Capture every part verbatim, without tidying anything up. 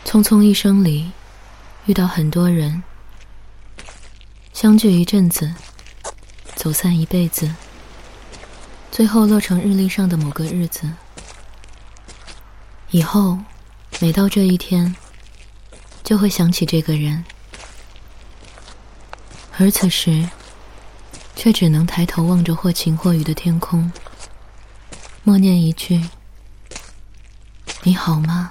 匆匆一生里遇到很多人，相聚一阵子，走散一辈子，最后落成日历上的某个日子。以后每到这一天就会想起这个人，而此时却只能抬头望着或晴或雨的天空，默念一句：你好吗？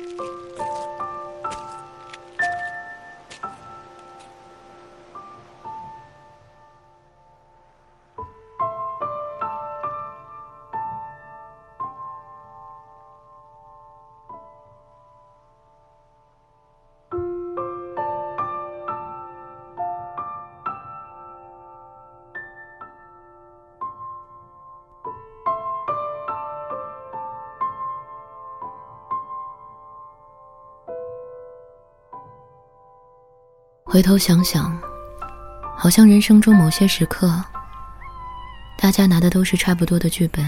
回头想想，好像人生中某些时刻，大家拿的都是差不多的剧本。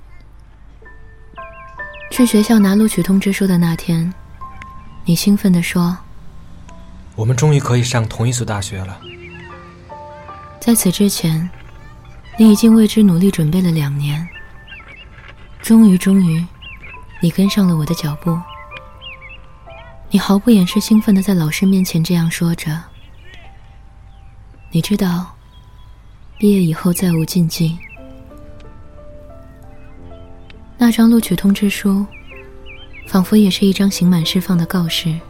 去学校拿录取通知书的那天，你兴奋地说： 我们终于可以上同一所大学了。 在此之前，你已经为之努力准备了两年。终于终于，你跟上了我的脚步。你毫不掩饰兴奋地在老师面前这样说着。你知道，毕业以后再无禁忌。那张录取通知书，仿佛也是一张刑满释放的告示。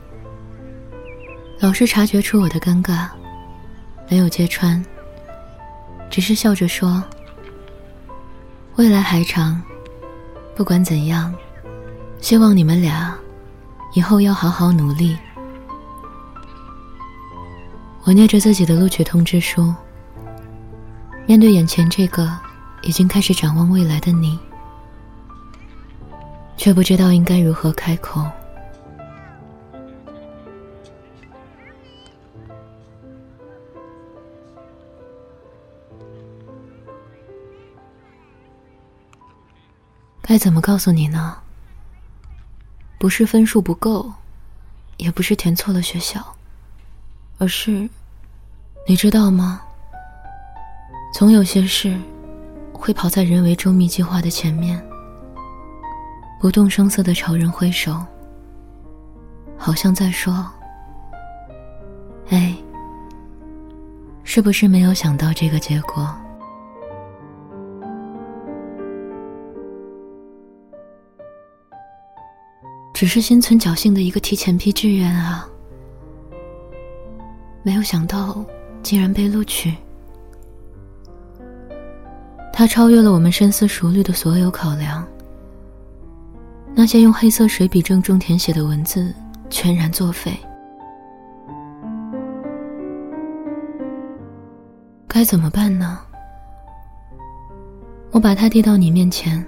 老师察觉出我的尴尬，没有揭穿，只是笑着说：未来还长，不管怎样，希望你们俩以后要好好努力。我捏着自己的录取通知书，面对眼前这个已经开始展望未来的你，却不知道应该如何开口。该怎么告诉你呢？不是分数不够，也不是填错了学校，而是，你知道吗？总有些事会跑在人为周密计划的前面，不动声色地朝人挥手，好像在说：哎，是不是没有想到这个结果？只是心存侥幸的一个提前批志愿啊，没有想到竟然被录取。它超越了我们深思熟虑的所有考量，那些用黑色水笔郑重填写的文字全然作废。该怎么办呢？我把它递到你面前，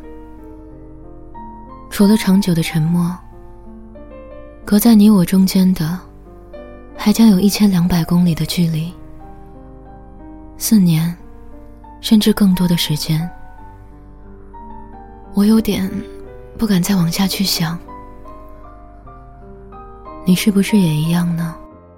除了长久的沉默，隔在你我中间的还将有一千两百公里的距离，四年甚至更多的时间。我有点不敢再往下去想，你是不是也一样呢？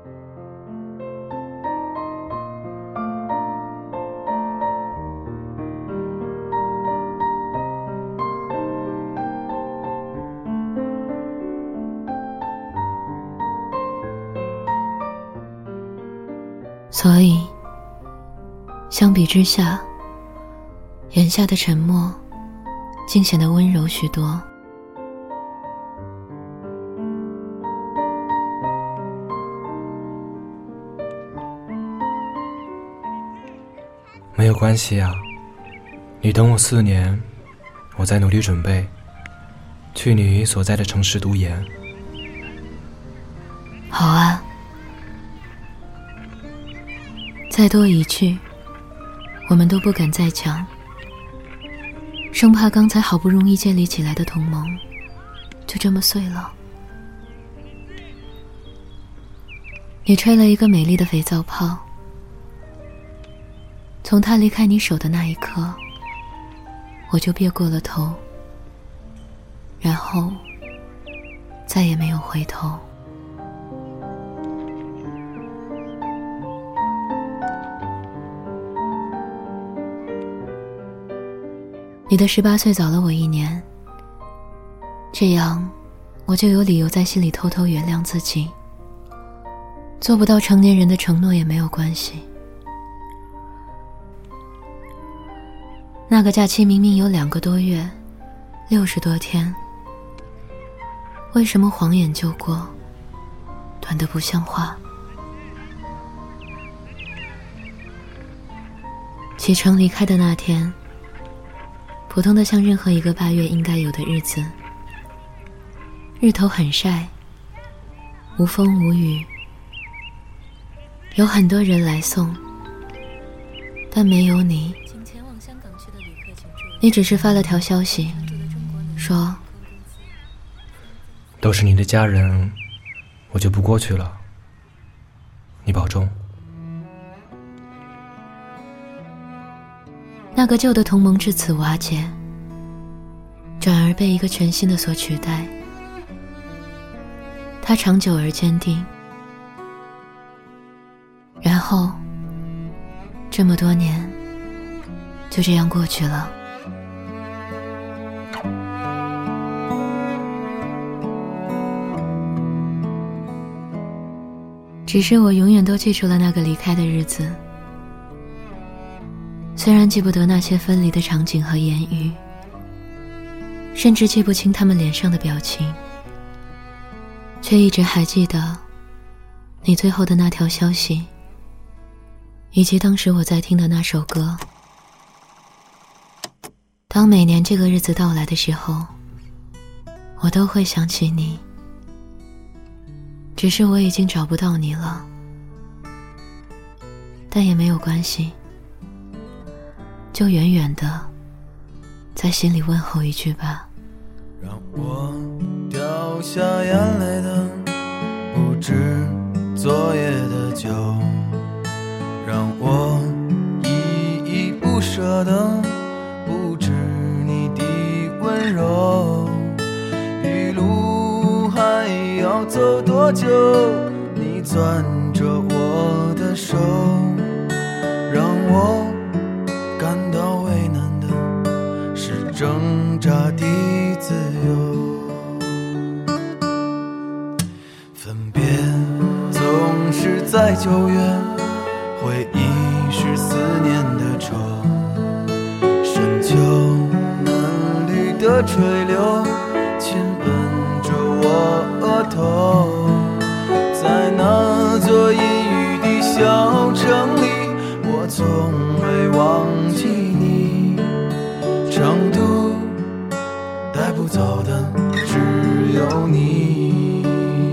所以，相比之下，眼下的沉默竟显得温柔许多。 没有关系啊，你等我四年，我在努力准备，去你所在的城市读研。 好啊。再多一句，我们都不敢再讲，生怕刚才好不容易建立起来的同盟就这么碎了。你吹了一个美丽的肥皂泡，从它离开你手的那一刻，我就别过了头，然后再也没有回头。 你的十八岁早了我一年，这样我就有理由在心里偷偷原谅自己。做不到成年人的承诺也没有关系。那个假期明明有两个多月，六十多天，为什么晃眼就过，短得不像话？启程离开的那天，普通的像任何一个八月应该有的日子。日头很晒，无风无雨，有很多人来送，但没有你。你只是发了条消息，说都是你的家人，我就不过去了，你保重。 那个旧的同盟至此瓦解，转而被一个全新的所取代。它长久而坚定，然后这么多年就这样过去了。只是我永远都记住了那个离开的日子，虽然记不得那些分离的场景和言语，甚至记不清他们脸上的表情，却一直还记得你最后的那条消息，以及当时我在听的那首歌。当每年这个日子到来的时候，我都会想起你，只是我已经找不到你了，但也没有关系，就远远的在心里问候一句吧。 让我掉下眼泪的不止昨夜的酒，让我依依不舍的不止你的温柔。一路还要走多久，你攥着我的手，让我感到为难的是挣扎的自由。分别总是在九月，回忆是思念的愁，深秋嫩绿的垂柳亲吻着我额头，在那座阴雨的小城里，我从未忘记你。长途带不走的只有你，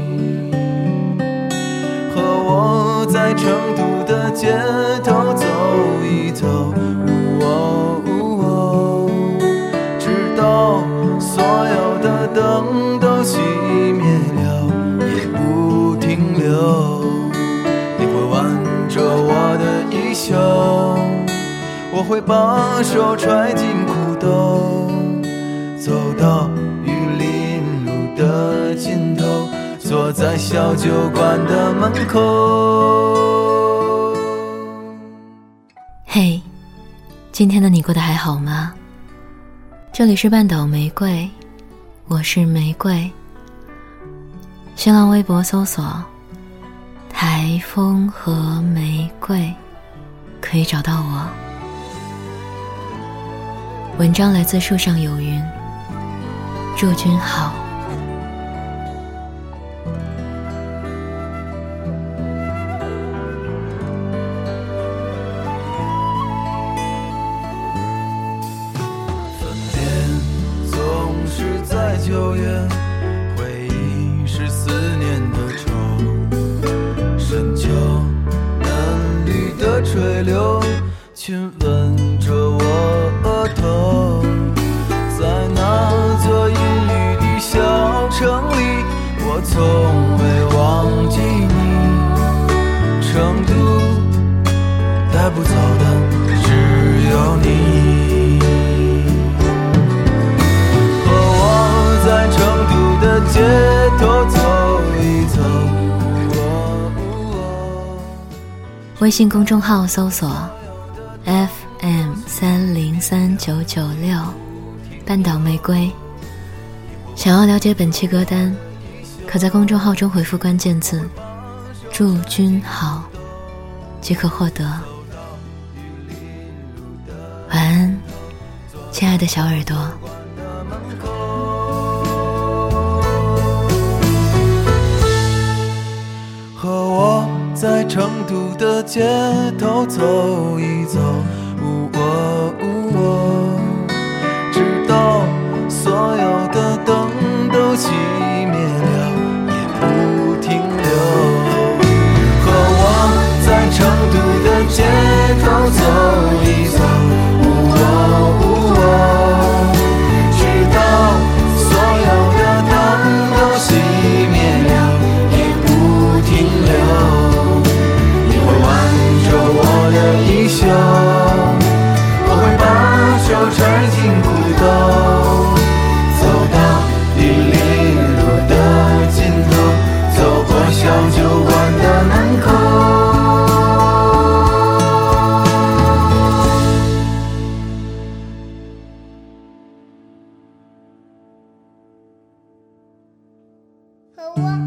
和我在成都的街头走一走，哦哦，直到所有的灯都熄灭了也不停留。你会挽着我的衣袖，我会把手揣进裤兜，走到玉林路的尽头，坐在小酒馆的门口。 嘿，今天的你过得还好吗？这里是半岛玫瑰，我是玫瑰。新浪微博搜索台风和玫瑰可以找到我。文章来自树上有云，祝君好。 分别总是在九月，回忆是思念的愁，深秋嫩绿的垂柳亲吻着我额头，在那座阴雨的小城里，我从未忘记你。成都带不走的只有你，和我在成都的街头走一走，哦哦， 微信公众号搜索 F M 三零三九九六半岛玫瑰。想要了解本期歌单，可在公众号中回复关键字祝君好即可获得。晚安，亲爱的小耳朵。 和我在成都的街头走一走，呜喔呜喔，直到所有的灯都熄灭了，也不停留。和我在成都的街头走一走，呜喔呜喔，直到所有的灯都熄灭了，也不停留。你会挽着我的衣袖，我会把手揣进裤兜，走到第零路的尽头，走过小酒馆的门口。 和我